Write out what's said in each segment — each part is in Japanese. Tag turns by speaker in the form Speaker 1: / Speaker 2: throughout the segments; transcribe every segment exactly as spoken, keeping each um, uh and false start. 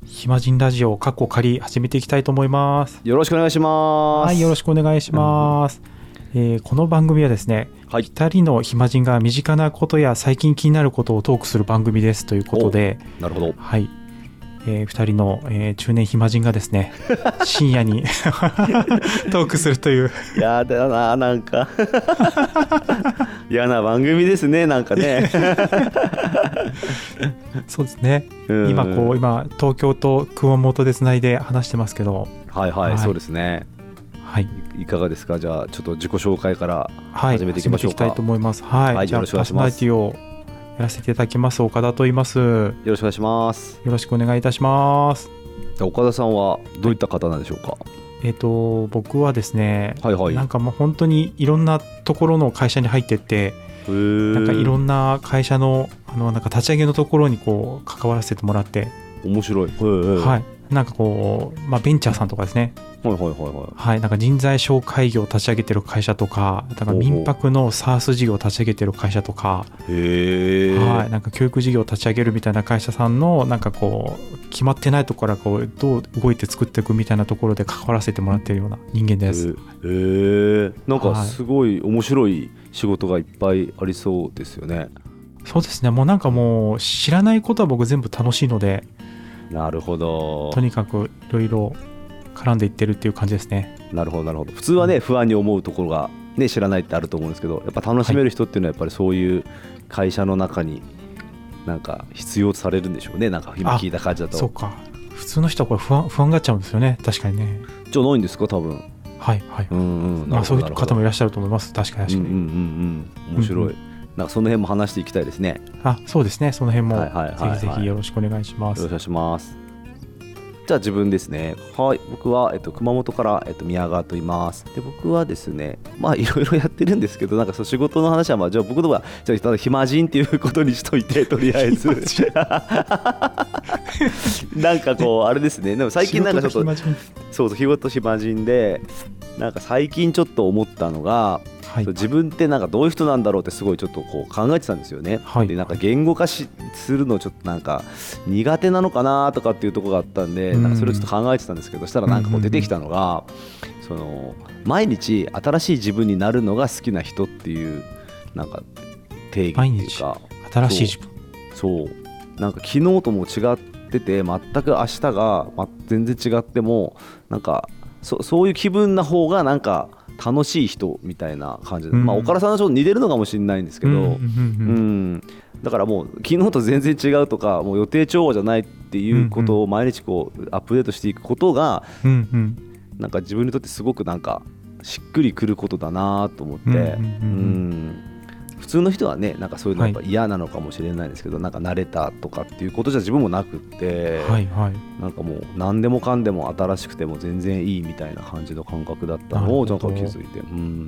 Speaker 1: 暇人ラジオカッコ仮始めていきたいと思います。
Speaker 2: よろしくお願いします。
Speaker 1: はい、よろしくお願いします、うんえー、この番組はですね、はい、ふたりの暇人が身近なことや最近気になることをトークする番組ですということで、
Speaker 2: なるほど、
Speaker 1: はいえー、ふたりの、えー、中年暇人がですね深夜にトークするという
Speaker 2: やだな、なんか嫌な番組ですね、なんかね
Speaker 1: そうですね、今こう今東京と熊本でつないで話してますけど、
Speaker 2: はいはい、はい、そうですね、
Speaker 1: はい、
Speaker 2: いかがですか。じゃあちょっと自己紹介から始めていきましょうか。
Speaker 1: はい、始めていきたいと思います。はい、はい、じゃあパーソナリティをやらせていただきます岡田と言います。よ
Speaker 2: ろしくお願いします。
Speaker 1: よろしくお願いいたします。
Speaker 2: 岡田さんはどういった方なんでしょうか。
Speaker 1: えーと、僕はですね、
Speaker 2: はいはい、
Speaker 1: なんかもう本当にいろんなところの会社に入ってってなんかいろんな会社の、あのなんか立ち上げのところにこう関わらせてもらって、
Speaker 2: 面白い、
Speaker 1: はい、なんかこう、まあ、ベンチャーさんとかですね、
Speaker 2: はいはいはいはい、
Speaker 1: はい、なんか人材紹介業を立ち上げてる会社とか、だから民泊の SaaS 事業を立ち上げてる会社とか、
Speaker 2: へー、
Speaker 1: はい、なんか教育事業を立ち上げるみたいな会社さんのなんかこう決まってないところからこうどう動いて作っていくみたいなところで関わらせてもらっているような人間です。
Speaker 2: へー、なんかすごい面白い仕事がいっぱいありそうですよね。はい、
Speaker 1: そうですね、もうなんかもう知らないことは僕全部楽しいので、
Speaker 2: なるほど、
Speaker 1: とにかくいろいろ絡んでいってるっていう感じですね。
Speaker 2: なるほどなるほど。普通はね、うん、不安に思うところが、ね、知らないってあると思うんですけど、やっぱ楽しめる人っていうのはやっぱりそういう会社の中になんか必要とされるんでしょうね。なんか今聞いた感じだと。
Speaker 1: そうか、普通の人はこれ不安不安がっちゃうんですよね。確かにね。
Speaker 2: じゃないんですか多分。
Speaker 1: はいはい、
Speaker 2: うんうん、
Speaker 1: まあ、そういう方もいらっしゃると思います。確かに確かに、うんうん
Speaker 2: うん、面白い、うんうん、なんかその辺も話していきたいですね。
Speaker 1: あ、そうですね、その辺も、
Speaker 2: はいはいはいはい、
Speaker 1: ぜひぜひよろしくお願いします。
Speaker 2: よろしくお願いします。じゃあ自分ですね。はい、僕は、えっと、熊本から、えっと、宮川と言います。で、僕はですね、まあいろいろやってるんですけど、なんかそう仕事の話は、まあ、じゃあ僕のはじゃあただ暇人っていうことにしといて、とりあえずなんかこうあれですね。でも最近なんかちょっとそうそう、仕事暇人で、なんか最近ちょっと思ったのが、はい、自分ってなんかどういう人なんだろうってすごいちょっとこう考えてたんですよね。はい、でなんか言語化しするのちょっとなんか苦手なのかなとかっていうところがあったんで、なんかそれをちょっと考えてたんですけど、したらなんかこう出てきたのが、その毎日新しい自分になるのが好きな人っていうなんか定義っていうか、
Speaker 1: 新しい自分、
Speaker 2: そう、そうなんか昨日とも違ってて、全く明日が全然違ってもなんか そ, そういう気分な方がなんか楽しい人みたいな感じで、うん、まあ岡田さんはちょっと似てるのかもしれないんですけど、うんうんうんうん、だからもう昨日と全然違うとか、もう予定調和じゃないっていうことを毎日こうアップデートしていくことが、うんうん、なんか自分にとってすごくなんかしっくりくることだなと思って、うんうんうんうん、普通の人はね、なんかそういうのやっぱ嫌なのかもしれないんですけど、はい、なんか慣れたとかっていうことじゃ自分もなくって、はいはい、なんかもう何でもかんでも新しくても全然いいみたいな感じの感覚だったのをなんか気づいて、うん、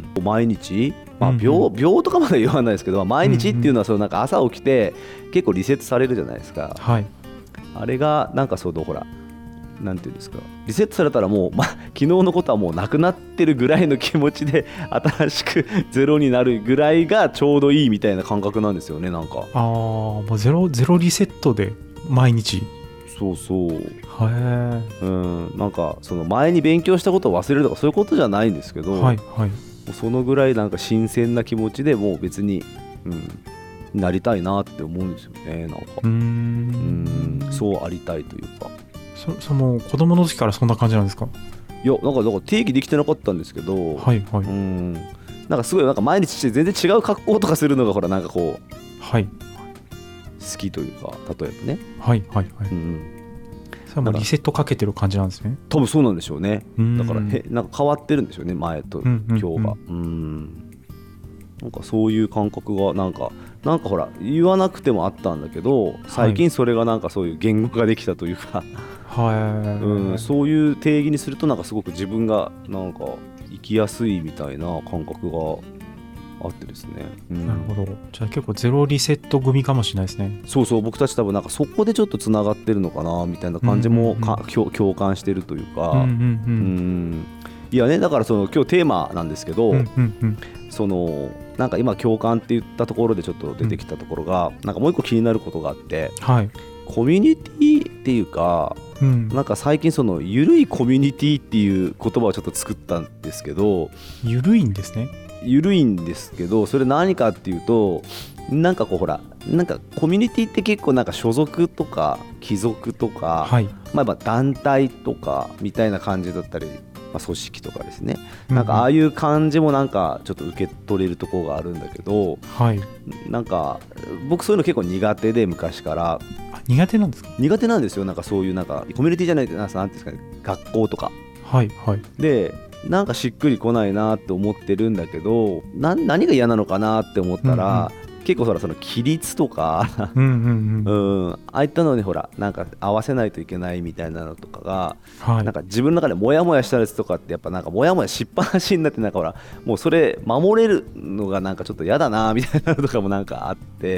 Speaker 2: 毎日、まあ、病、うんうん、病とかまで言わないですけど、毎日っていうのはそのなんか朝起きて結構リセットされるじゃないですか、はい、あれがなんかそうどほらなんていうんですか、リセットされたらもう、ま、昨日のことはもうなくなってるぐらいの気持ちで新しくゼロになるぐらいがちょうどいいみたいな感覚なんですよね。なんか
Speaker 1: あもうゼロ、ゼロリセットで毎日、
Speaker 2: そうそう、
Speaker 1: へ
Speaker 2: うん、なんかその前に勉強したことを忘れるとかそういうことじゃないんですけど、はいはい、そのぐらいなんか新鮮な気持ちでもう別に、うん、なりたいなって思うんですよね。なんかうーん、うん、そうありたいというか、
Speaker 1: そ, その子供の時からそんな感じなんですか。
Speaker 2: いや、なんかだから定義できてなかったんですけど、はいはい、うん、なんかすごいなんか毎日して全然違う格好とかするのがほらなんかこう、はい、好きというか、例えばね、はいはいはい、うん、それはもうリセットかけてる感じなんですね。多分そうなんでしょうね。だからへなんか変わってるんでしょうね、前と今日が、うんうんうん、うんなんかそういう感覚がなんかなんかほら言わなくてもあったんだけど、最近それがなんかそういう言語化できたというか、はい、うん、そういう定義にするとなんかすごく自分がなんか生きやすいみたいな感覚があってですね、うん、
Speaker 1: なるほど。じゃあ結構ゼロリセット組かもしれないですね。
Speaker 2: そうそう、僕たち多分なんかそこでちょっとつながってるのかなみたいな感じも、うんうんうん、共感してるというか、うんうんうんうん、いやね、だからその今日テーマなんですけど、うんうんうん、そのなんか今共感って言ったところでちょっと出てきたところが、うん、なんかもう一個気になることがあって、はい、コミュニティっていうか、
Speaker 1: うん、
Speaker 2: なんか最近そのゆるいコミュニティっていう言葉をちょっと作ったんですけど、
Speaker 1: ゆるいんですね。
Speaker 2: ゆるいんですけど、それ何かっていうと、なんかこうほら、なんかコミュニティって結構なんか所属とか帰属とか、
Speaker 1: はい、
Speaker 2: まあ、まあ団体とかみたいな感じだったり、まあ、組織とかですね、
Speaker 1: うんうん、
Speaker 2: なんかああいう感じもなんかちょっと受け取れるところがあるんだけど、
Speaker 1: はい、
Speaker 2: なんか僕そういうの結構苦手で、昔から。
Speaker 1: あ、苦手なんですか。
Speaker 2: 苦手なんですよ。なんかそういうなんかコミュニティじゃないけど、なんていうんですかね、学校とか
Speaker 1: はいはい。
Speaker 2: でなんかしっくりこないなって思ってるんだけど、な何が嫌なのかなって思ったら、うんうん、結構そらその規律とかうん、うん、ああいったのにほらなんか合わせないといけないみたいなのとかが、はい、なんか自分の中でモヤモヤしたやつとかってやっぱなんかモヤモヤしっぱなしになって、なんかほらもうそれ守れるのがなんかちょっと嫌だなみたいなのとかもなんかあって、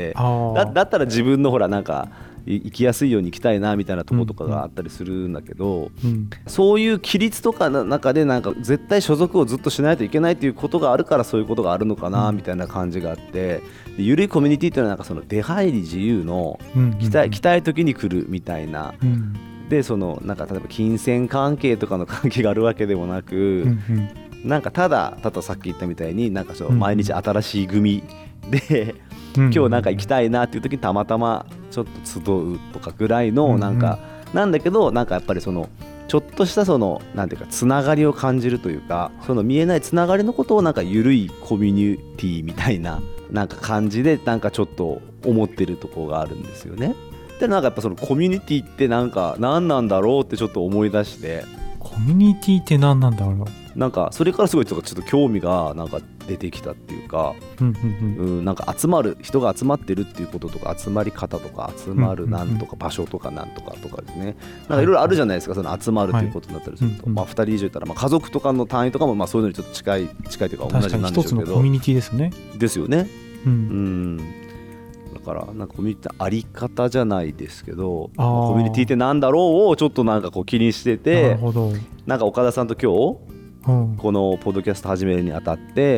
Speaker 2: だ, だったら自分のほらなんか生きやすいように生きたいなみたいなところとかがあったりするんだけど、うんうん、そういう規律とかの中でなんか絶対所属をずっとしないといけないということがあるから、そういうことがあるのかなみたいな感じがあって、でゆるいコミュニティっていうのはなんかその出入り自由の来たい、来たい時に来るみたいな、うん、でそのなんか例えば金銭関係とかの関係があるわけでもなく、うんうん、なんかただたださっき言ったみたいになんかそう毎日新しい組で今日なんか行きたいなっていう時にたまたまちょっと集うとかぐらいのなんかなんだけど、なんかやっぱりそのちょっとしたそのなんていうかつながりを感じるというか、その見えないつながりのことをなんか緩いコミュニティみたいななんか感じでなんかちょっと思ってるところがあるんですよね。でなんかやっぱそのコミュニティってなんか何なんだろうってちょっと思い出して、
Speaker 1: コミュニティって何なんだろう。
Speaker 2: なんかそれからすごいちょっと興味がなんか出てきたっていうか、うんうんうんうん、なんか集まる人が集まってるっていうこととか、集まり方とか集まるなんとか場所とかなんとかとかですね、なんかいろいろあるじゃないですか、その集まるということになったりすると、はい、まあ、ふたり以上いたらまあ家族とかの単位とかもまあそういうのにちょっと近い近いというか同じなんでしょうけど、確かに一つ
Speaker 1: のコミュニティですね。
Speaker 2: ですよね、うん、うんだからなんかコミュニティのあり方じゃないですけど、コミュニティってなんだろうをちょっとなんかこう気にしてて、なるほど、なんか岡田さんと今日このポッドキャスト始めるにあたって、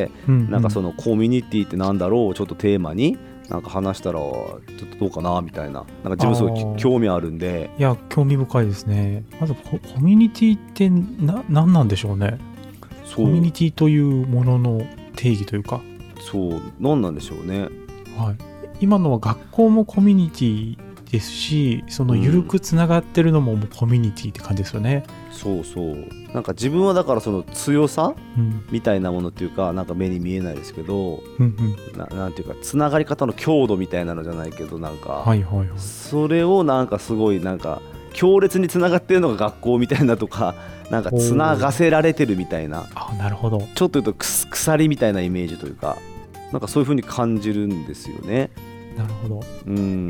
Speaker 2: うんうん、なんかそのコミュニティってなんだろうをちょっとテーマになんか話したらちょっとどうかなみたいな、なんか自分すごい興味あるんで。
Speaker 1: いや興味深いですね。まず コ, コミュニティってな何なんでしょうね。コミュニティというものの定義というか、
Speaker 2: そう何なんでしょうね。
Speaker 1: はい、今のは学校もコミュニティですし、その緩くつながってるのももうコミュニティって感じですよね、
Speaker 2: うん、そうそう。なんか自分はだからその強さ、うん、みたいなものっていうか、なんか目に見えないですけど、うんうん、な, なんていうかつながり方の強度みたいなのじゃないけど、なんか、はいはいはい、それをなんかすごいなんか強烈につながってるのが学校みたいなとか、なんかつながせられてるみたいな、
Speaker 1: あ、なるほど、
Speaker 2: ちょっと言うとく鎖みたいなイメージというか、なんかそういう風に感じるんですよね。
Speaker 1: なるほど、うん、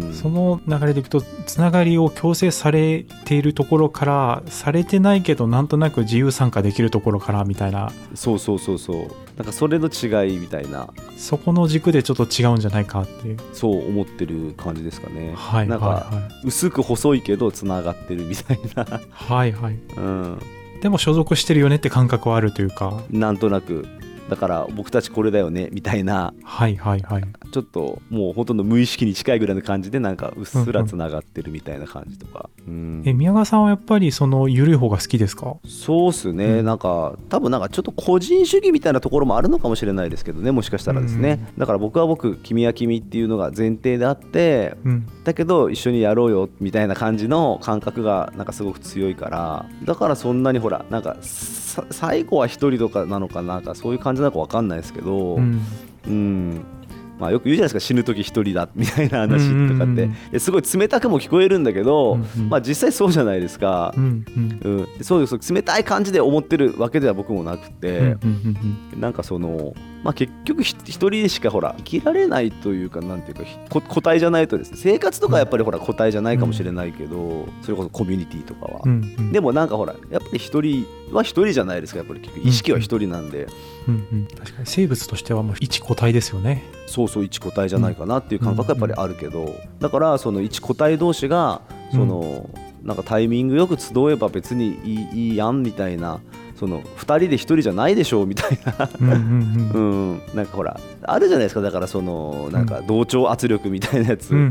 Speaker 1: その流れでいくとつながりを強制されているところから、されてないけどなんとなく自由参加できるところからみたいな、
Speaker 2: そうそうそうそう、なんかそれの違いみたいな、
Speaker 1: そこの軸でちょっと違うんじゃないかっていう、
Speaker 2: そう思ってる感じですかね。
Speaker 1: はい、
Speaker 2: なんか、はいはい、薄く細いけどつながってるみたいな
Speaker 1: はいはい、うん、でも所属してるよねって感覚はあるというか、
Speaker 2: なんとなくだから僕たちこれだよねみたいな、
Speaker 1: はいはいはい、
Speaker 2: ちょっともうほとんど無意識に近いぐらいの感じでなんかうっすらつながってるみたいな感じとか、うんうん、
Speaker 1: え宮川さんはやっぱりその緩い方が好きですか？
Speaker 2: そうっすね、うん、なんか多分なんかちょっと個人主義みたいなところもあるのかもしれないですけどね、もしかしたらですね、うん、だから僕は僕君は君っていうのが前提であって、うん、だけど一緒にやろうよみたいな感じの感覚がなんかすごく強いから、だからそんなにほらなんか最後は一人とかなのかなんかそういう感じなのか分かんないですけど、うん、うん、まあ、よく言うじゃないですか、死ぬ時一人だみたいな話とかって、うんうん、すごい冷たくも聞こえるんだけど、うんうん、まあ、実際そうじゃないですか、うんうんうん、そうです、冷たい感じで思ってるわけでは僕もなくて、うんうんうん、なんかその、まあ、結局一人でしかほら生きられないというか、なんていうか個体じゃないとですね、生活とかやっぱりほら個体じゃないかもしれないけど、うん、それこそコミュニティとかは、うんうん、でもなんかほらやっぱり一人は一人じゃないですか、やっぱり結局意識は一人なんで、
Speaker 1: うんうんうん、確かに生物としてはもう一個体ですよね。
Speaker 2: そうそう、一個体じゃないかなっていう感覚はやっぱりあるけど、だからその一個体同士がそのなんかタイミングよく集えば別にいい、いいやんみたいなそのふたりでひとりじゃないでしょみたいなうん、うんうん、なんかほらあるじゃないですか。だからそのなんか同調圧力みたいなやつ、うん、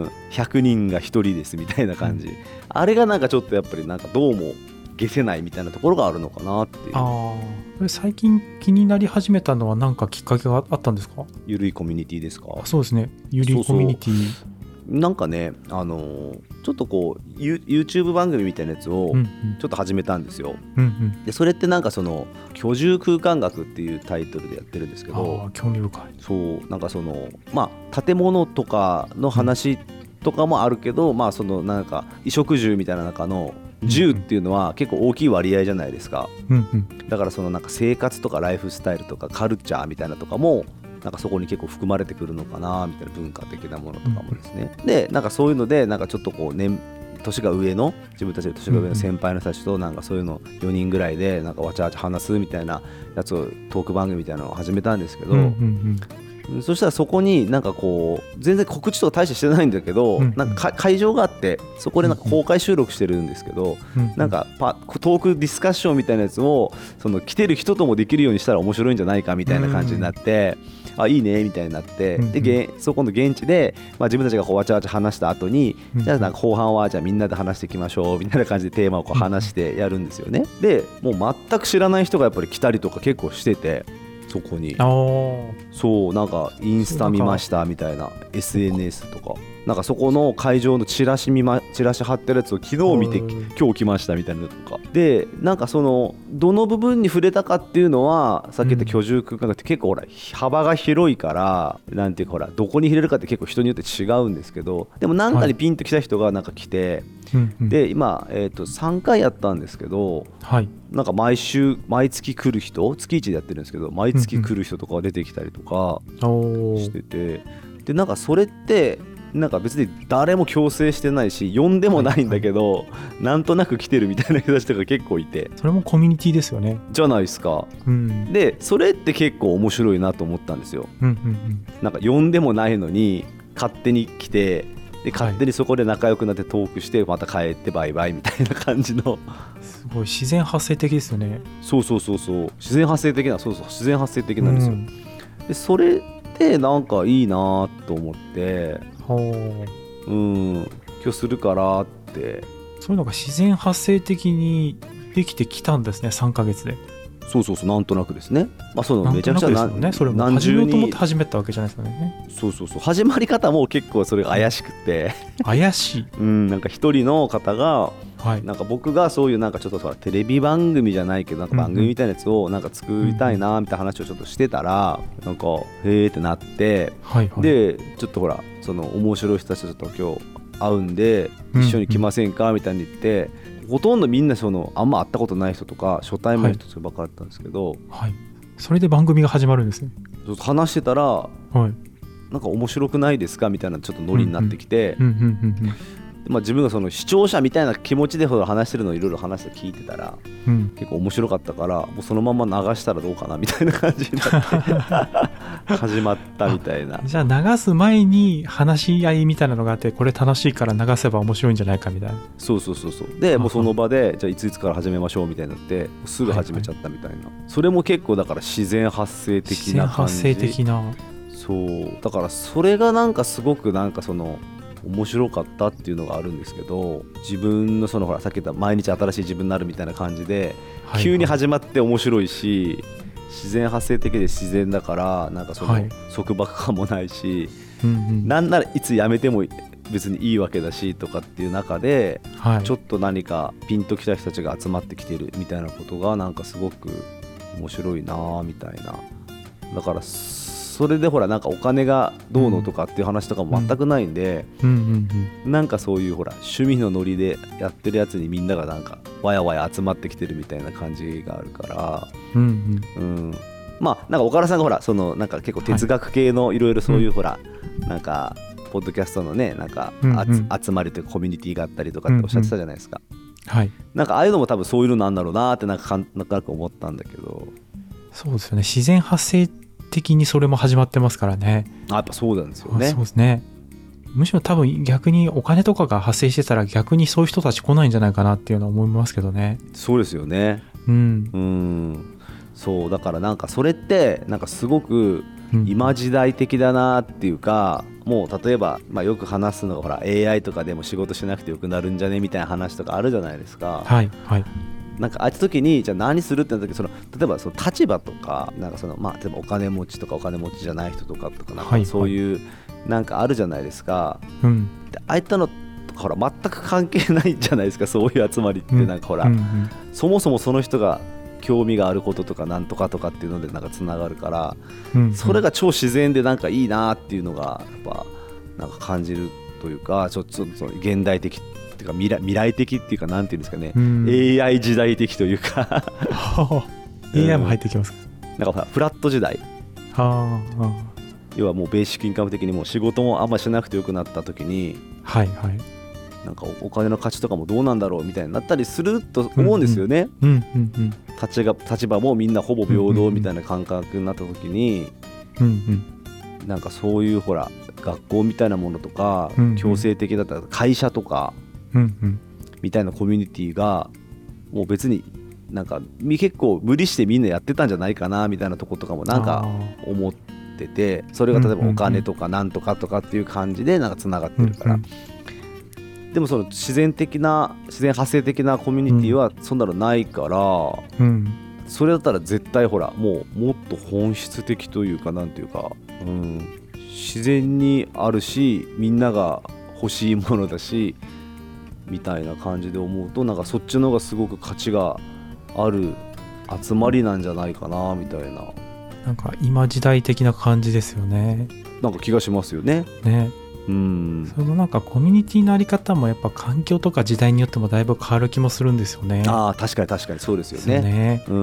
Speaker 2: ひゃくにんがひとりですみたいな感じ、うん、あれがなんかちょっとやっぱりなんかどうも消せないみたいなところがあるのかなっていう。
Speaker 1: ああ、最近気になり始めたのは何かきっかけがあったんですか？
Speaker 2: ゆるいコミュニティですか？
Speaker 1: そうですね、ゆるいコミュニティ。そう
Speaker 2: そうなんかね、あのー、ちょっとこう YouTube 番組みたいなやつをちょっと始めたんですよ、うんうん、でそれってなんかその居住空間学っていうタイトルでやってるんですけど、
Speaker 1: あ、興味深い。
Speaker 2: そうなんかそのまあ建物とかの話とかもあるけど、うん、まあそのなんか衣食住みたいな中の住っていうのは結構大きい割合じゃないですか、うんうん、だからそのなんか生活とかライフスタイルとかカルチャーみたいなとかもなんかそこに結構含まれてくるのかなみたいな、文化的なものとかもですね、うん、でなんかそういうのでなんかちょっとこう年年が上の自分たちより年が上の先輩の人たちとなんかそういうのよにんぐらいでなんかわちゃわちゃ話すみたいなやつをトーク番組みたいなのを始めたんですけど、うんうんうん、そしたらそこになんかこう全然告知とか大してしてないんだけど、うんうん、なんか会場があってそこでなんか公開収録してるんですけど、うんうん、なんかパトークディスカッションみたいなやつをその来てる人ともできるようにしたら面白いんじゃないかみたいな感じになって、うん、あいいねみたいになって、うんうん、でそこの現地で、まあ、自分たちがこうわちゃわちゃ話した後に、うんうん、じゃあなんか後半はじゃあみんなで話していきましょうみたいな感じでテーマをこう話してやるんですよね。でもう全く知らない人がやっぱり来たりとか結構してて、そこにそうなんかインスタ見ましたみたいな エスエヌエス とかなんかそこの会場のチラシ見まチラシ貼ってるやつを昨日見て今日来ましたみたいなのとかで、なんかそのどの部分に触れたかっていうのはさっき言った居住空間って結構ほら幅が広いからなんていうかほらどこに触れるかって結構人によって違うんですけど、でもなんかにピンと来た人がなんか来て、はい、で今、えーとさんかいやったんですけど、はい、なんか毎週毎月来る人月いちでやってるんですけど毎月来る人とかが出てきたりとかしてて、でなんかそれってなんか別に誰も強制してないし呼んでもないんだけど、はいはい、なんとなく来てるみたいな人たちとか結構いて、
Speaker 1: それもコミュニティですよね。
Speaker 2: じゃないですか、うん、でそれって結構面白いなと思ったんですよ、うんうんうん、なんか呼んでもないのに勝手に来てで勝手にそこで仲良くなってトークしてまた帰ってバイバイみたいな感じの
Speaker 1: すごい自然発生的ですよね。
Speaker 2: そうそうそうそう自然発生的なそうそう自然発生的なんですよ、うん、でそれってなんかいいなと思ってうん今日するからって、
Speaker 1: そういうのが自然発生的にできてきたんですね。さんかげつで。
Speaker 2: そうそうそうなんとなくですね、まあ、そのめちゃくちゃ
Speaker 1: なんとなくですよね。それも始めようと思って始めたわけじゃないですかね。
Speaker 2: そうそうそう始まり方も結構それが怪しくて
Speaker 1: 怪しい
Speaker 2: うんなんか一人の方が、はい、なんか僕がそういうなんかちょっとテレビ番組じゃないけどなんか番組みたいなやつをなんか作りたいなみたいな話をちょっとしてたら、うん、なんかへーってなって、はいはい、でちょっとほらその面白い人たちとちょっと今日会うんで一緒に来ませんかみたいに言って、うんうん、ほとんどみんなそのあんま会ったことない人とか初対面の人とかばっかりだったんですけど、はい
Speaker 1: はい、それで番組が始まるんですね。
Speaker 2: 話してたら、はい、なんか面白くないですかみたいなちょっとノリになってきて、まあ自分がその視聴者みたいな気持ちで話してるのをいろいろ話して聞いてたら、うん、結構面白かったからもうそのまま流したらどうかなみたいな感じになって始まったみたいな。
Speaker 1: じゃあ流す前に話し合いみたいなのがあってこれ楽しいから流せば面白いんじゃないかみたいな。
Speaker 2: そうそうそうそうでもうその場でじゃあいついつから始めましょうみたいになってすぐ始めちゃったみたいな、はいはい、それも結構だから自然発生的な感じ。
Speaker 1: 自然発生的な。
Speaker 2: そうだからそれがなんかすごくなんかその面白かったっていうのがあるんですけど、自分のそのほらさっき言った毎日新しい自分になるみたいな感じで、はいはい、急に始まって面白いし自然発生的で自然だからなんかその束縛感もないし、はい、なんならいつやめても別にいいわけだしとかっていう中で、はい、ちょっと何かピンときた人たちが集まってきてるみたいなことがなんかすごく面白いなみたいな。だからそれでほらなんかお金がどうのとかっていう話とかも全くないんで、なんかそういうほら趣味のノリでやってるやつにみんながなんかわやわや集まってきてるみたいな感じがあるから、うんうん、まあなんか岡田さんがほらそのなんか結構哲学系のいろいろそういうほら、はい、なんかポッドキャストのねなんか、うんうん、集まりというかコミュニティがあったりとかっておっしゃってたじゃないですか、うんうんはい、なんかああいうのも多分そういうのなんだろうなってなんかなんとなく思ったんだけど。
Speaker 1: そうですよね自然発生的にそれも始まってますからね。
Speaker 2: あやっぱそうなんですよね。
Speaker 1: そうですね。むしろ多分逆にお金とかが発生してたら逆にそういう人たち来ないんじゃないかなっていうのは思いますけどね。
Speaker 2: そうですよね。
Speaker 1: うん、
Speaker 2: うん、そうだからなんかそれってなんかすごく今時代的だなっていうか、もう例えば、まあ、よく話すのがほら エーアイ とかでも仕事しなくてよくなるんじゃねみたいな話とかあるじゃないですか。
Speaker 1: はいはい。
Speaker 2: なんかああいった時にじゃあ何するってなった時、その例えばその立場とかなんかその、まあ、例えばお金持ちとかお金持ちじゃない人とかとかなんかそういうなんかあるじゃないですか、
Speaker 1: はいはい、うん、
Speaker 2: でああいったのとかほら全く関係ないじゃないですか、そういう集まりって。なんかほら、
Speaker 1: うんうんうん、
Speaker 2: そもそもその人が興味があることとかなんとかとかっていうのでなんかつながるから、うんうん、それが超自然でなんかいいなっていうのがやっぱなんか感じるというか、ちょっと現代的っていうか未来、未来的っていうかなんていうんですかね、うん、エーアイ 時代的というか
Speaker 1: エーアイ も入ってきますか、
Speaker 2: うん、なんかフラット時代、
Speaker 1: はあ、
Speaker 2: 要はもうベーシックインカム的にもう仕事もあんましなくてよくなった時に、
Speaker 1: はいはい、
Speaker 2: なんかお金の価値とかもどうなんだろうみたいになったりすると思うんですよね、
Speaker 1: うんうんうんうん、
Speaker 2: 立場、立場もみんなほぼ平等みたいな感覚になった時に、
Speaker 1: うんうん、
Speaker 2: なんかそういうほら学校みたいなものとか、うんうん、強制的だったら会社とか、
Speaker 1: うんうん、
Speaker 2: みたいなコミュニティがもう別になんか結構無理してみんなやってたんじゃないかなみたいなとことかもなんか思ってて、それが例えばお金とかなんとかとかっていう感じでなんかつながってるから、うんうん、でもその自然的な自然発生的なコミュニティはそんなのないから、うん、それだったら絶対ほらもうもっと本質的というかなんていうか、うん、自然にあるしみんなが欲しいものだしみたいな感じで思うと、なんかそっちの方がすごく価値がある集まりなんじゃないかなみたいな、
Speaker 1: なんか今時代的な感じですよね。
Speaker 2: なんか気がしますよね。
Speaker 1: ね、
Speaker 2: うん、
Speaker 1: そのなんかコミュニティのあり方もやっぱ環境とか時代によってもだいぶ変わる気もするんですよね。
Speaker 2: ああ確かに確かにそうですよね。
Speaker 1: ね、
Speaker 2: うん、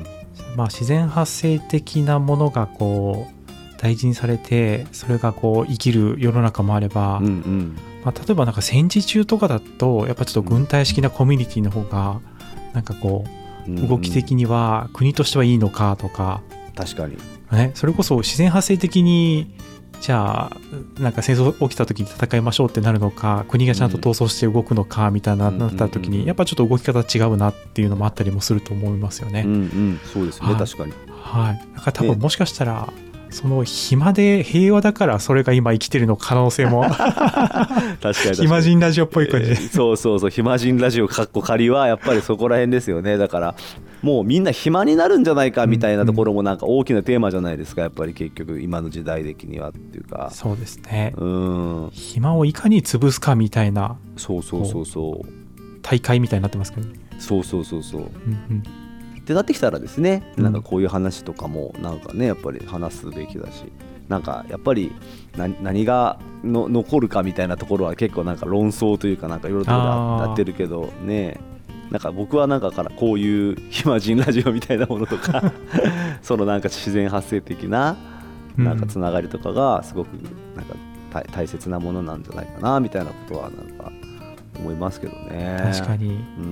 Speaker 1: まあ、自然発生的なものがこう大事にされてそれがこう生きる世の中もあれば、うんうん、まあ、例えばなんか戦時中とかだとやっぱちょっと軍隊式なコミュニティの方がなんかこう動き的には国としてはいいのかとか、
Speaker 2: 確かに、
Speaker 1: ね、それこそ自然発生的にじゃあなんか戦争起きた時に戦いましょうってなるのか、国がちゃんと闘争して動くのかみたいななった時にやっぱちょっと動き方違うなっていうのもあったりもすると思いますよね。
Speaker 2: うんうん、そうですね、確かに。
Speaker 1: はい、だから多分もしかしたら、ね、その暇で平和だからそれが今生きてるの可能性も確かに暇人ラジオっぽい感じで、えー、
Speaker 2: そうそうそう、暇人ラジオかっこ仮はやっぱりそこら辺ですよね。だからもうみんな暇になるんじゃないかみたいなところもなんか大きなテーマじゃないですか、やっぱり結局今の時代的にはっていうか。
Speaker 1: そうですね、
Speaker 2: うん、
Speaker 1: 暇をいかに潰すかみたいな、
Speaker 2: そうそうそうそう、
Speaker 1: 大会みたいになってますけど、ね、
Speaker 2: そうそうそうそう、うん
Speaker 1: うん、
Speaker 2: ってなってきたらですね、なんかこういう話とかもなんかねやっぱり話すべきだし、なんかやっぱり何、何がの残るかみたいなところは結構なんか論争というかなんかいろいろとやってるけどね、なんか僕はなんかからこういう暇人ラジオみたいなものとかそのなんか自然発生的ななんかつながりとかがすごくなんか大, 大切なものなんじゃないかなみたいなことはなんか思いますけどね。
Speaker 1: 確かに。
Speaker 2: うん、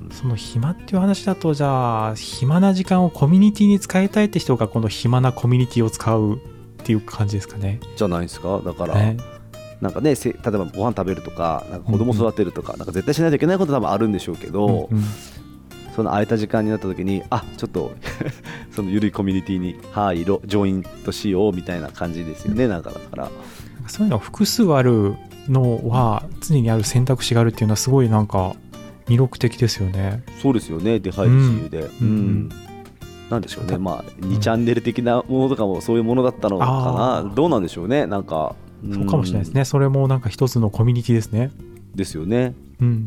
Speaker 1: その暇っていう話だと、じゃあ暇な時間をコミュニティに使いたいって人がこの暇なコミュニティを使うっていう感じですかね。
Speaker 2: じゃないですか。だから、ね、なんかね、例えばご飯食べるとか、なんか子供育てるとか、うんうん、なんか絶対しないといけないこと多分あるんでしょうけど、うんうん、その空いた時間になった時に、あ、ちょっとその緩いコミュニティにはいジョイントしようみたいな感じですよね。なんかだから
Speaker 1: そういうのが複数あるのは常にある選択肢があるっていうのはすごいなんか魅力的ですよね。
Speaker 2: そうですよね。出入り自由で、うんうんうん、なんでしょうね、まあ、にチャンネル的なものとかもそういうものだったのかな、どうなんでしょうね。なんか、
Speaker 1: うん、そうかもしれないですね。それもなんか一つのコミュニティですね。
Speaker 2: ですよね。
Speaker 1: うん
Speaker 2: うん、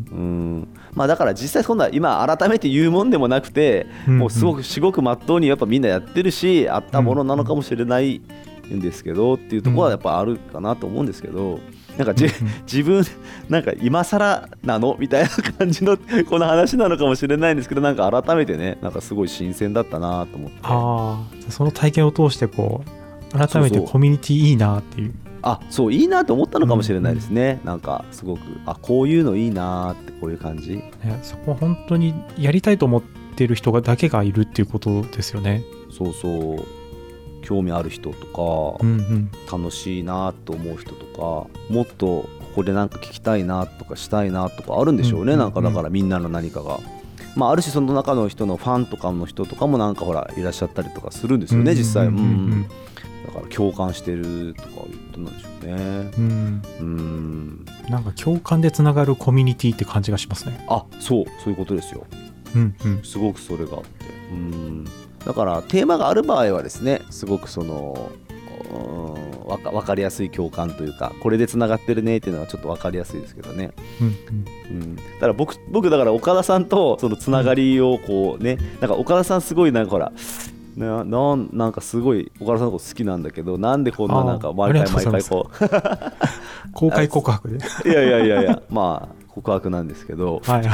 Speaker 2: まあ、だから実際そんな今改めて言うもんでもなくて、うんうん、もうすごく至極まっとうにやっぱみんなやってるし、あったものなのかもしれないんですけど、っていうところはやっぱあるかなと思うんですけど、なんかじ、うん、自分なんか今更なのみたいな感じのこの話なのかもしれないんですけど、なんか改めてね、なんかすごい新鮮だったなと思って。
Speaker 1: ああ、その体験を通してこう改めてコミュニティいいなっていう、
Speaker 2: あ、そういいなと思ったのかもしれないですね、うんうん、なんかすごく、あ、こういうのいいなって、こういう感じ、
Speaker 1: ね、そこは本当にやりたいと思ってる人がだけがいるっていうことですよね。
Speaker 2: そうそう、興味ある人とか、うんうん、楽しいなと思う人とか、もっとここでなんか聞きたいなとかしたいなとかあるんでしょうね、うんうんうん、なんかだからみんなの何かがまあ、ある種その中の人のファンとかの人とかもなんかほらいらっしゃったりとかするんですよね、実際。うん、だから共感してるとか言ってなんでしょうね。うん、
Speaker 1: うんなんか共感でつながるコミュニティって感じがしますね。
Speaker 2: あ、そうそういうことですよ。うんうん、すごくそれがあって、うん、だからテーマがある場合はですね、すごくそのわか、分かりやすい共感というか、これでつながってるねっていうのはちょっと分かりやすいですけどね。うんうんうん、だから 僕, 僕だから岡田さんとそのつながりをこうね、なんか岡田さんすごいなんかほらな, な, なんかすごい岡田さんのこと好きなんだけど、なんでこんななんか毎回毎回こう
Speaker 1: 公開告白で
Speaker 2: いやいやいやいやまあ告白なんですけど、はい、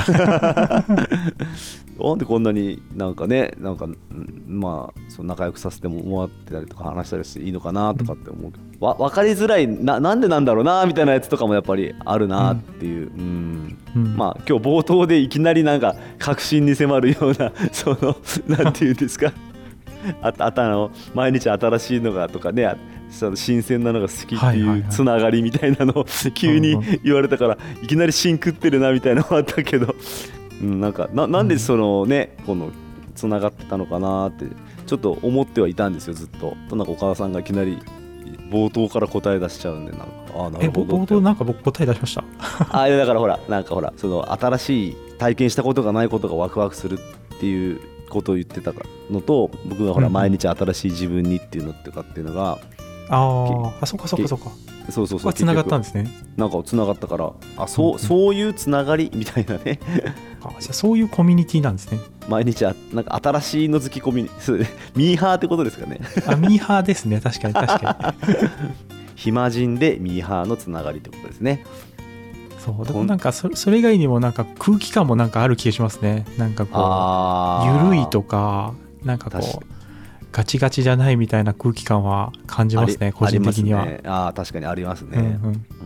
Speaker 2: なんでこんなになんかね、なんかまあその仲良くさせてもらってたりとか話したりしていいのかなとかって思うけど、うん、わ分かりづらい な, なんでなんだろうなみたいなやつとかもやっぱりあるなっていう、うんうんうん、まあ今日冒頭でいきなりなんか確信に迫るようなそのなんていうんですかああたの毎日新しいのがとかね、その新鮮なのが好きっていうつながりみたいなのを急に言われたから、いきなり芯食ってるなみたいなのもあったけど、うん、なんか な, なんでそのねこのつながってたのかなってちょっと思ってはいたんですよ、ずっと。となんか岡田さんがいきなり冒頭から答え出しちゃうんで、なんかあなるほどって。
Speaker 1: え冒頭なんか僕答え出しました
Speaker 2: あだからほらなんかほらその新しい体験したことがないことがワクワクするっていうことを言ってたのと、僕がほら毎日新しい自分にっていうのとかっていうのが、
Speaker 1: うん、ああそうかそうかそうか
Speaker 2: そうそうそう、
Speaker 1: つながったんですね。
Speaker 2: なんかつながったから、あそう、うん、そういうつながりみたいなね
Speaker 1: あじゃあそういうコミュニティなんですね。
Speaker 2: 毎日あなんか新しいの好きコミュニティミーハーってことですかね
Speaker 1: あミーハーですね、確かに確かに
Speaker 2: 暇人でミーハーのつながりってことですね。
Speaker 1: そうでもなんか そ, それ以外にもなんか空気感もなんかある気がしますね。なんかこうゆるいとかなんかこうガチガチじゃないみたいな空気感は感じますね、個人的には。
Speaker 2: ありますね。あ確かにありますね。うん、うんうん、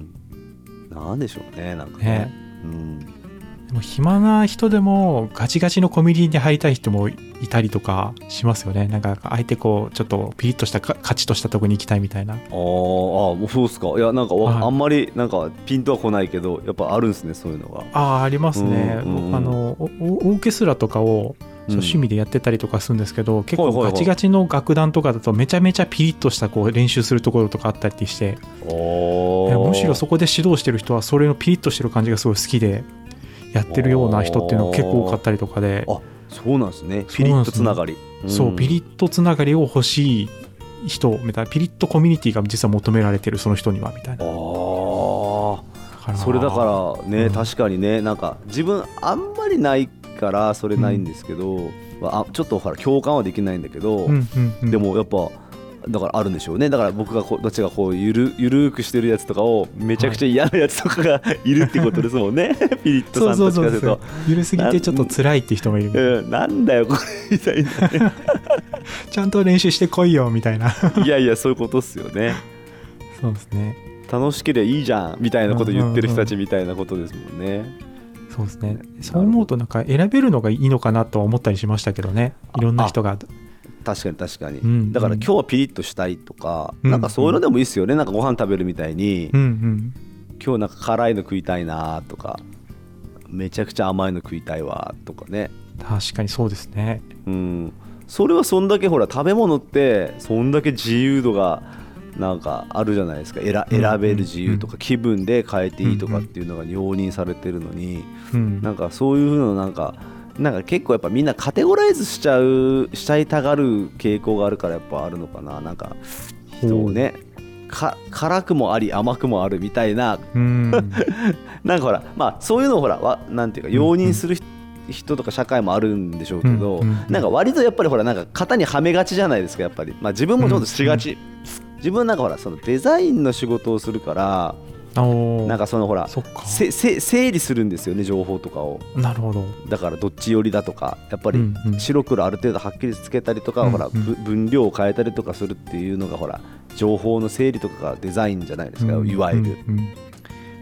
Speaker 2: なんでしょうね、なんか ね, ね、うん、
Speaker 1: でも暇な人でもガチガチのコミュニティに入りたい人もいたりとかしますよね。なんか相手こうちょっとピリッとしたカチッとしたところに行きたいみたいな。ああ
Speaker 2: もうそうですか。いやなんか、はい、あんまりなんかピンとは来ないけどやっぱあるんですね、そういうのが。
Speaker 1: ああありますね、うんうんうん、僕あのオーケストラとかを趣味でやってたりとかするんですけど、うん、結構ガチガチの楽団とかだとめちゃめちゃピリッとしたこう練習するところとかあったりして、むしろそこで指導してる人はそれのピリッとしてる感じがすごい好きでやってるような人っていうのが結構多かったりとかで。
Speaker 2: あそうなんですね。ピリッとつながり、
Speaker 1: うん、そうピリッとつながりを欲しい人みたいな、ピリッとコミュニティが実は求められてるその人にはみたいな。あ
Speaker 2: それだからね、うん、確かにね、なんか自分あんまりないからそれないんですけど、うん、あちょっとほら共感はできないんだけど、うんうんうん、でもやっぱだからあるんでしょうね。だから僕がこどっちがこうゆるゆるくしてるやつとかをめちゃくちゃ嫌なやつとかがいるってことですもんね、はい、ピリッとさんと近づくと
Speaker 1: ゆるすぎてちょっと辛いって人もいるみたいな、
Speaker 2: うん、なんだよこれみたいな、ね、
Speaker 1: ちゃんと練習してこいよみたいな。
Speaker 2: いやいやそういうことっすよね。
Speaker 1: そうですね。
Speaker 2: 楽しければいいじゃんみたいなこと言ってる人たちみたいなことですもんね、うんうんうん、
Speaker 1: そうですね。そう思うとなんか選べるのがいいのかなとは思ったりしましたけどね、いろんな人が。
Speaker 2: 確かに確かに、うんうん、だから今日はピリッとしたいとか、うんうん、なんかそういうのでもいいですよね。なんかご飯食べるみたいに、うんうん、今日なんか辛いの食いたいなとかめちゃくちゃ甘いの食いたいわとかね。
Speaker 1: 確かにそうですね、
Speaker 2: うん、それはそんだけほら食べ物ってそんだけ自由度がなんかあるじゃないですか。選, 選べる自由とか気分で変えていいとかっていうのが容認されてるのに、うん、なんかそういうのなんかなんか結構やっぱみんなカテゴライズしちゃうしちゃいたがる傾向があるからやっぱあるのかな。なんか人をねか辛くもあり甘くもあるみたいなうんなんかほらまあそういうのをほらわなんていうか容認する人、うん、人とか社会もあるんでしょうけど、うんうん、なんか割とやっぱりほらなんか型にはめがちじゃないですかやっぱり。まあ自分もちょっとしがち、うんうん、自分なんかほらそのデザインの仕事をするからなんかそのほらせせ整理するんですよね情報とかを。
Speaker 1: なるほど。
Speaker 2: だからどっち寄りだとかやっぱり白黒ある程度はっきりつけたりとか、うんうん、ほら分量を変えたりとかするっていうのがほら情報の整理とかがデザインじゃないですか、うん、いわゆる、うんうん、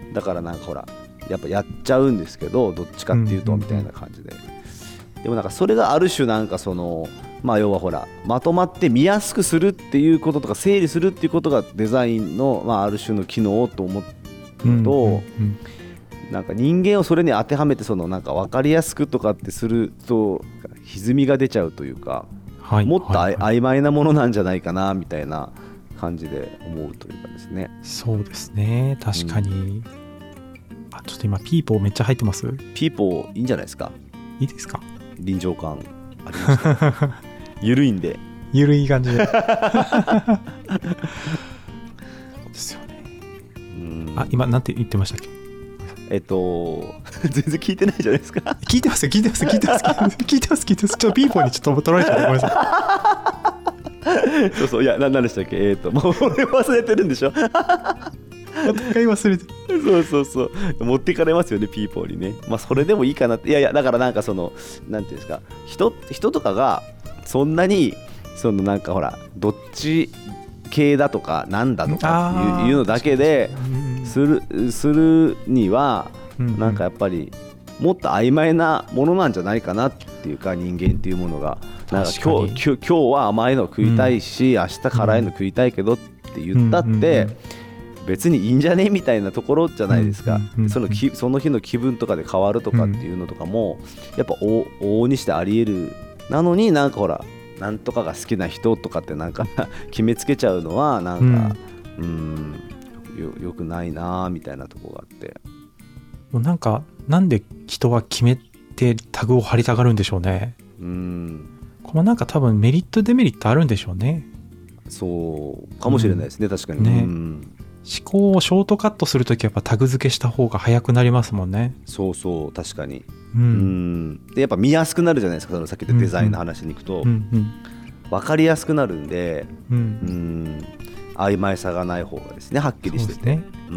Speaker 2: だからなんかほらやっぱやっちゃうんですけどどっちかっていうとみたいな感じで、でもなんかそれがある種なんかそのまあ要はほらまとまって見やすくするっていうこととか整理するっていうことがデザインのまあある種の機能と思ってと、うんうんうん、 なんか人間をそれに当てはめてそのなんか分かりやすくとかってすると歪みが出ちゃうというか、はい、もっと、はいはい、曖昧なものなんじゃないかなみたいな感じで思うというかですね。
Speaker 1: そうですね、確かに、うん、あちょっと今ピーポーめっちゃ入ってます。
Speaker 2: ピーポーいいんじゃないですか。
Speaker 1: いいですか。
Speaker 2: 臨場感ありましたゆるいんで
Speaker 1: ゆるい感じでそうですよね。うんあ今なんて言ってましたっけ。
Speaker 2: えっと全然聞いてないじゃないですか。
Speaker 1: 聞いてますよ聞いてます聞いてます聞いてます聞いてます。ちょっとピーポーにちょっと取られちゃってごめんな
Speaker 2: さいそうそういや何でしたっけ。えっともう俺忘れてるんでしょま
Speaker 1: た一回忘れてる。
Speaker 2: そうそうそう持ってかれますよねピーポーにね。まあそれでもいいかなって。いやいやだからなんかそのなんていうんですか 人, 人とかがそんなにそのなんかほらどっち系だとかなんだとかっていうのだけでするするにはなんかやっぱりもっと曖昧なものなんじゃないかなっていうか、人間っていうものがなんか今日、今日は甘いの食いたいし、明日辛いの食いたいけどって言ったって別にいいんじゃねみたいなところじゃないですか。そのきその日の気分とかで変わるとかっていうのとかもやっぱ往々にしてありえる。なのになんかほらなんとかが好きな人とかってなんか決めつけちゃうのはなんか、うん、うんよ, よくないなみたいなところがあって、
Speaker 1: もうなんかなんで人は決めてタグを貼りたがるんでしょうね。
Speaker 2: うん
Speaker 1: これなんか多分メリットデメリットあるんでしょうね。
Speaker 2: そうかもしれないですね、うん、確かに
Speaker 1: ね、
Speaker 2: うん、
Speaker 1: 思考をショートカットするときはやっぱタグ付けした方が早くなりますもんね。
Speaker 2: そうそう確かに、
Speaker 1: うんうん、
Speaker 2: でやっぱ見やすくなるじゃないですか。そのさっきのデザインの話に行くと、うんうん、分かりやすくなるんで、うんうん、曖昧さがない方がですねはっきりしてて、そうですね、うん、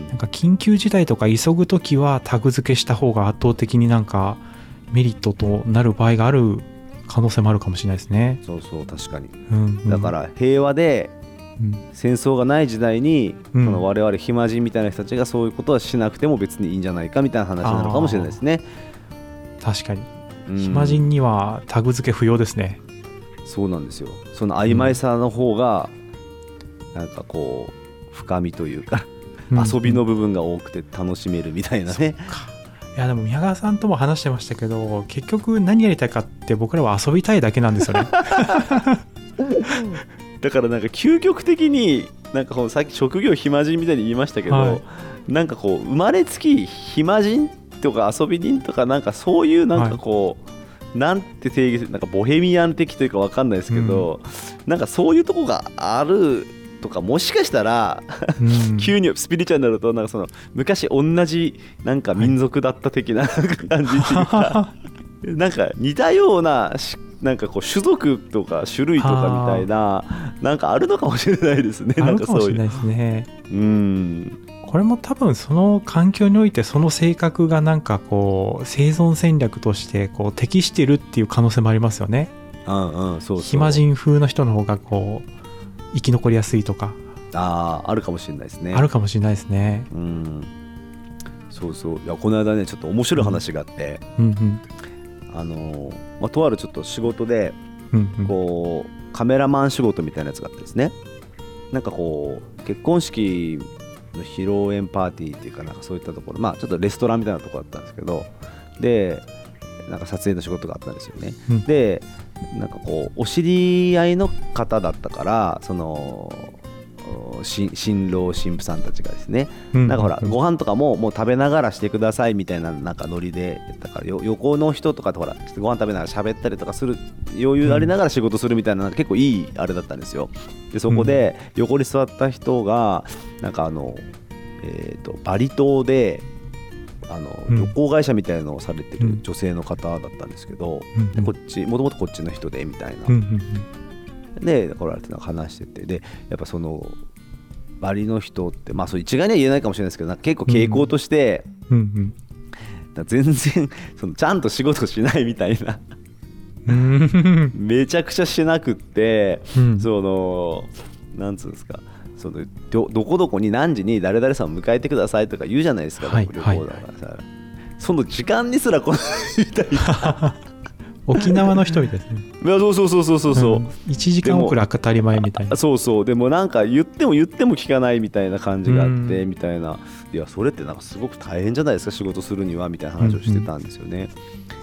Speaker 1: なんか緊急事態とか急ぐときはタグ付けした方が圧倒的になんかメリットとなる場合がある可能性もあるかもしれないですね。
Speaker 2: そうそう確かに、
Speaker 1: うんうん、
Speaker 2: だから平和で戦争がない時代に、うん、この我々暇人みたいな人たちがそういうことはしなくても別にいいんじゃないかみたいな話なのかもしれないですね。
Speaker 1: 確かに、うん、暇人にはタグ付け不要ですね。
Speaker 2: そうなんですよ。その曖昧さの方がなんかこう深みというか、うん、遊びの部分が多くて楽しめるみたいなね。
Speaker 1: いやでも宮川さんとも話してましたけど結局何やりたいかって僕らは遊びたいだけなんですよね
Speaker 2: だからなんか究極的になんかさっき職業暇人みたいに言いましたけど、はい、なんかこう生まれつき暇人とか遊び人とかなんかそういうなんかこう、はい、なんて定義するなんかボヘミアン的というか分かんないですけど、うん、なんかそういうとこがあるとかもしかしたら、うん、急にスピリチュアルになるとなんかその昔同じなんか民族だった的な感じっていうかなんか似たようななんかこう種族とか種類とかみたいななんかあるのかもしれないですね。
Speaker 1: あるかもしれないですね。
Speaker 2: うん
Speaker 1: これも多分その環境においてその性格がなんかこう生存戦略としてこう適してるっていう可能性もありますよね。
Speaker 2: うんうんそうそう。
Speaker 1: 暇人風の人の方がこう生き残りやすいとか
Speaker 2: ああるかもしれないですね。
Speaker 1: あるかもしれないですね。
Speaker 2: うんそうそう。いやこの間ねちょっと面白い話があって、
Speaker 1: うんうん
Speaker 2: うん、あのまあ、とあるちょっと仕事で、
Speaker 1: うんうん、
Speaker 2: こうカメラマン仕事みたいなやつがあってですね、なんかこう結婚式の披露宴パーティーっていうかなんかそういったところ、まあちょっとレストランみたいなところだったんですけど、でなんか撮影の仕事があったんですよね、うん、でなんかこうお知り合いの方だったからその新郎新婦さんたちがですね、うん、なんかほらご飯とかももう食べながらしてくださいみたいななんかノリでだから横の人とかとほらご飯食べながら喋ったりとかする余裕ありながら仕事するみたいな、なんか結構いいあれだったんですよ。でそこで横に座った人がなんかあの、えーとバリ島であの旅行会社みたいなのをされてる女性の方だったんですけど、うん、でこっちもともとこっちの人でみたいな、うん、で来られて話してて、でやっぱそのバリの人ってまあそう一概には言えないかもしれないですけど結構傾向として、うんうんうん、全然そのちゃんと仕事しないみたいなめちゃくちゃしなくって、うん、そのなんつうんですかその ど, どこどこに何時に誰々さんを迎えてくださいとか言うじゃないですか、はい、旅行だからさ、はい、その時間にすら来ないみたいな
Speaker 1: 沖縄の人みたいですね。
Speaker 2: いやそうそうそうそうそうそう、うん、
Speaker 1: いちじかん遅れ当たり前みたいな。
Speaker 2: そうそう、でもなんか言っても言っても聞かないみたいな感じがあってみたいな、いやそれってなんかすごく大変じゃないですか仕事するにはみたいな話をしてたんですよね、うんうん、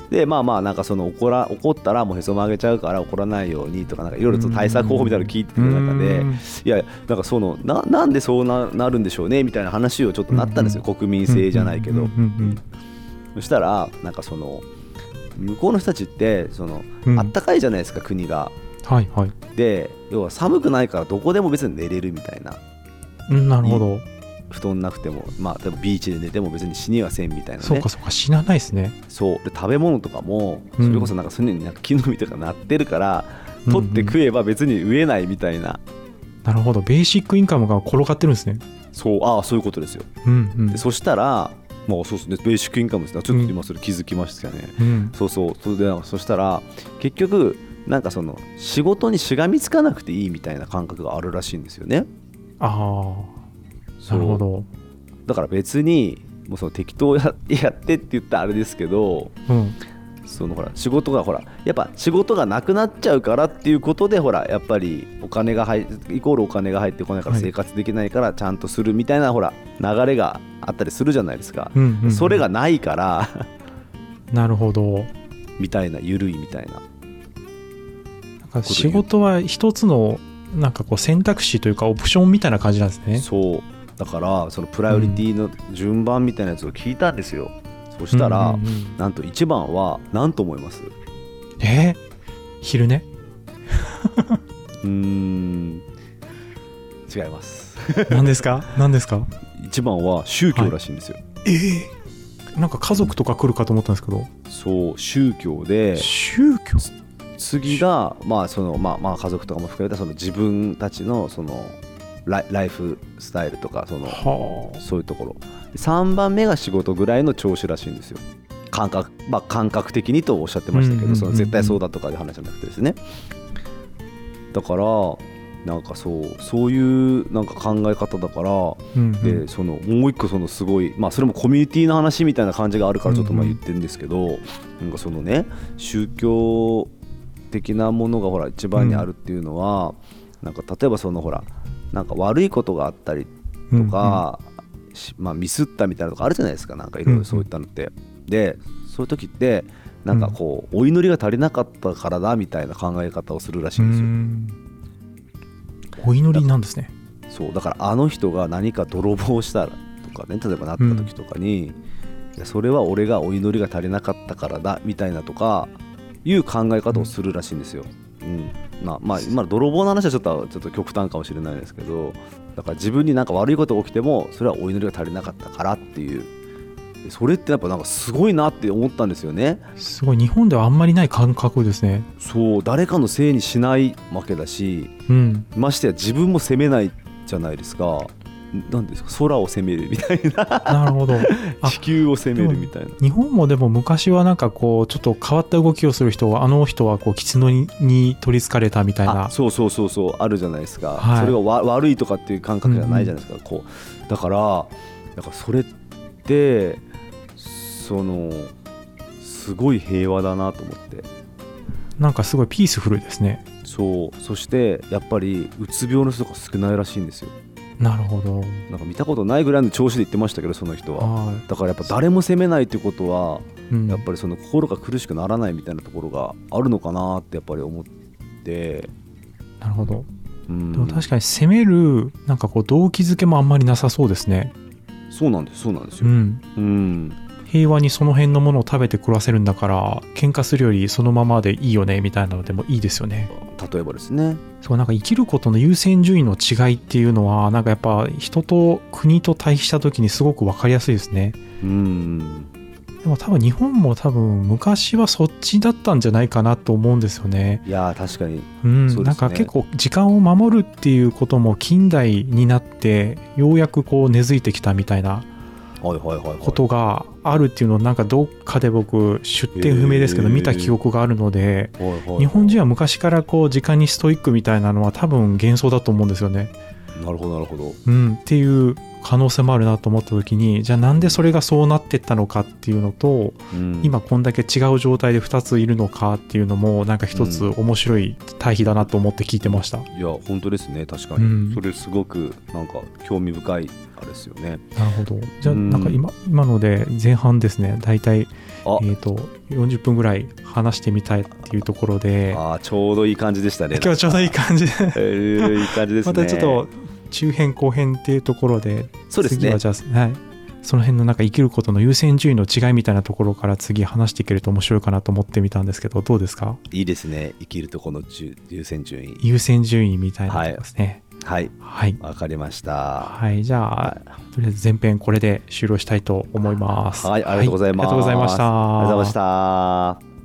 Speaker 2: でまあまあなんかその怒ら怒ったらもうへそ曲げちゃうから怒らないようにとかなんかいろいろと対策方法みたいなの聞いてる中で、いやなんかその な, なんでそう な, なるんでしょうねみたいな話をちょっとなったんですよ、うんうん、国民性じゃないけど、うんうんうん、そしたらなんかその向こうの人たちってその、うん、あったかいじゃないですか国が、はいはい、で要は寒くないからどこでも別に寝れるみたいな、
Speaker 1: うん、なるほど。
Speaker 2: 布団なくてもまあでもビーチで寝ても別に死にはせんみたいなね。
Speaker 1: そうかそうか、死なないですね。
Speaker 2: そうで食べ物とかもそれこそなんかそういうのになんか木の実とかなってるから、うん、取って食えば別に飢えないみたいな、
Speaker 1: うんうん、なるほど。ベーシックインカムが転がってるんですね。
Speaker 2: そうああそういうことですよ、うんうん、でそしたらまあそうですね、ベーシックインカムですね。ちょっと今それ気づきましたね、うん、そうそうそれでそしたら結局なんかその仕事にしがみつかなくていいみたいな感覚があるらしいんですよね。
Speaker 1: ああなるほど。
Speaker 2: だから別にもうその適当 や, やってって言ったらあれですけど、うん、そのほら仕事がほらやっぱ仕事がなくなっちゃうからっていうことでほらやっぱりお金が入イコールお金が入ってこないから生活できないからちゃんとするみたいなほら流れがあったりするじゃないですか、うんうんうん、それがないから
Speaker 1: なるほど
Speaker 2: みたいな緩いみたいな、
Speaker 1: なんか仕事は一つのなんかこう選択肢というかオプションみたいな感じなんですね。
Speaker 2: そうだからそのプライオリティの順番みたいなやつを聞いたんですよ、うん、そしたら、うんうんうん、なんといちばんは何と思います？
Speaker 1: えー、昼寝
Speaker 2: うーん違います
Speaker 1: 何ですか何ですか？
Speaker 2: いちばんは宗教らしいんですよ、はい、
Speaker 1: えー、なんか家族とか来るかと思ったんですけど、
Speaker 2: そう宗教で
Speaker 1: 宗教
Speaker 2: 次がまあそのまあまあ家族とかも含めたその自分たちのそのライ、ライフスタイルとかそのそういうところ、さんばんめが仕事ぐらいの調子らしいんですよ。感覚、まあ、感覚的にとおっしゃってましたけど、うんうんうんうん、その絶対そうだとかいう話じゃなくてですね。だからなんかそうそういうなんか考え方だから、うんうん、でそのもう一個そのすごいまあそれもコミュニティの話みたいな感じがあるからちょっとまあ言ってるんですけど、うんうん、なんかそのね宗教的なものがほら一番にあるっていうのは、うん、なんか例えばそのほらなんか悪いことがあったりとか、うんうんまあ、ミスったみたいなとかあるじゃないですか、なんかいろいろそういったのって、うんうん、でそういう時ってなんかこうお祈りが足りなかったからだみたいな考え方をするらしいんですよ。うん、
Speaker 1: お祈りなんですね。
Speaker 2: そうだからあの人が何か泥棒したらとかね、例えばなった時とかに、うん、それは俺がお祈りが足りなかったからだみたいなとかいう考え方をするらしいんですよ。うんまあまあ、今の泥棒の話はちょっとちょっと極端かもしれないですけど、だから自分になんか悪いことが起きてもそれはお祈りが足りなかったからっていう、それってやっぱなんかすごいなって思ったんですよね。
Speaker 1: すごい、日本ではあんまりない感覚ですね。
Speaker 2: そう誰かのせいにしないわけだし、うん、ましてや自分も責めないじゃないですか。なんですか、空を責めるみたいな
Speaker 1: なるほど
Speaker 2: 地球を責めるみたいな。
Speaker 1: 日本もでも昔はなんかこうちょっと変わった動きをする人はあの人はこう狐に、に取りつかれたみたいな、
Speaker 2: あそうそうそうそうあるじゃないですか、はい、それがわ悪いとかっていう感覚じゃないじゃないですか、うん、こうだからだからそれってそのすごい平和だなと思って、
Speaker 1: なんかすごいピースフルですね。
Speaker 2: そうそしてやっぱりうつ病の人が少ないらしいんですよ。
Speaker 1: なるほど。
Speaker 2: なんか見たことないぐらいの調子で言ってましたけどその人は、だからやっぱ誰も責めないってことは、うん、やっぱりその心が苦しくならないみたいなところがあるのかなってやっぱり思って。
Speaker 1: なるほど、うん、でも確かに責めるなんかこう動機づけもあんまりなさそうですね。
Speaker 2: そうなんですそうなんですよ、うんうん、
Speaker 1: 平和にその辺のものを食べて暮らせるんだから喧嘩するよりそのままでいいよねみたいなのでもいいですよね。
Speaker 2: 例えばですね、
Speaker 1: そうなんか生きることの優先順位の違いっていうのはなんかやっぱ人と国と対比した時にすごく分かりやすいですね。うんでも多分日本も多分昔はそっちだったんじゃないかなと思うんですよね。
Speaker 2: いや確かに、
Speaker 1: うんそうですね、なんか結構時間を守るっていうことも近代になってようやくこう根付いてきたみたいなことがあるっていうのをなんかどっかで僕出典不明ですけど見た記憶があるので、日本人は昔からこう時間にストイックみたいなのは多分幻想だと思うんですよね。
Speaker 2: なるほどなるほど、
Speaker 1: うん、っていう可能性もあるなと思った時に、じゃあなんでそれがそうなってったのかっていうのと、うん、今こんだけ違う状態でふたついるのかっていうのもなんか一つ面白い対比だなと思って聞いてました、うん、
Speaker 2: いや本当ですね、確かに、うん、それすごくなんか興味深いあれですよね。
Speaker 1: なるほど。じゃあなんか 今,、うん、今ので前半ですね、だいたいえー、とよんじゅっぷんぐらい話してみたいっていうところで、
Speaker 2: あちょうどいい感じでしたね。
Speaker 1: 今日ちょうどいい感じで、
Speaker 2: えー、いい感じですね。
Speaker 1: またちょっと中編後編っていうところで、
Speaker 2: そうですね、
Speaker 1: 次はじゃあ、はい、その辺のなんか生きることの優先順位の違いみたいなところから次話していけると面白いかなと思ってみたんですけど、どうですか？
Speaker 2: いいですね、生きるところの優先順位
Speaker 1: 優先順位みたいなところですね。
Speaker 2: はいはい、わかりました。
Speaker 1: はい、じゃあ、はい、とりあえず前編これで終了したいと思います。
Speaker 2: はい、ありがとうございます。
Speaker 1: はい、ありがとうございました。
Speaker 2: ありがとうございました。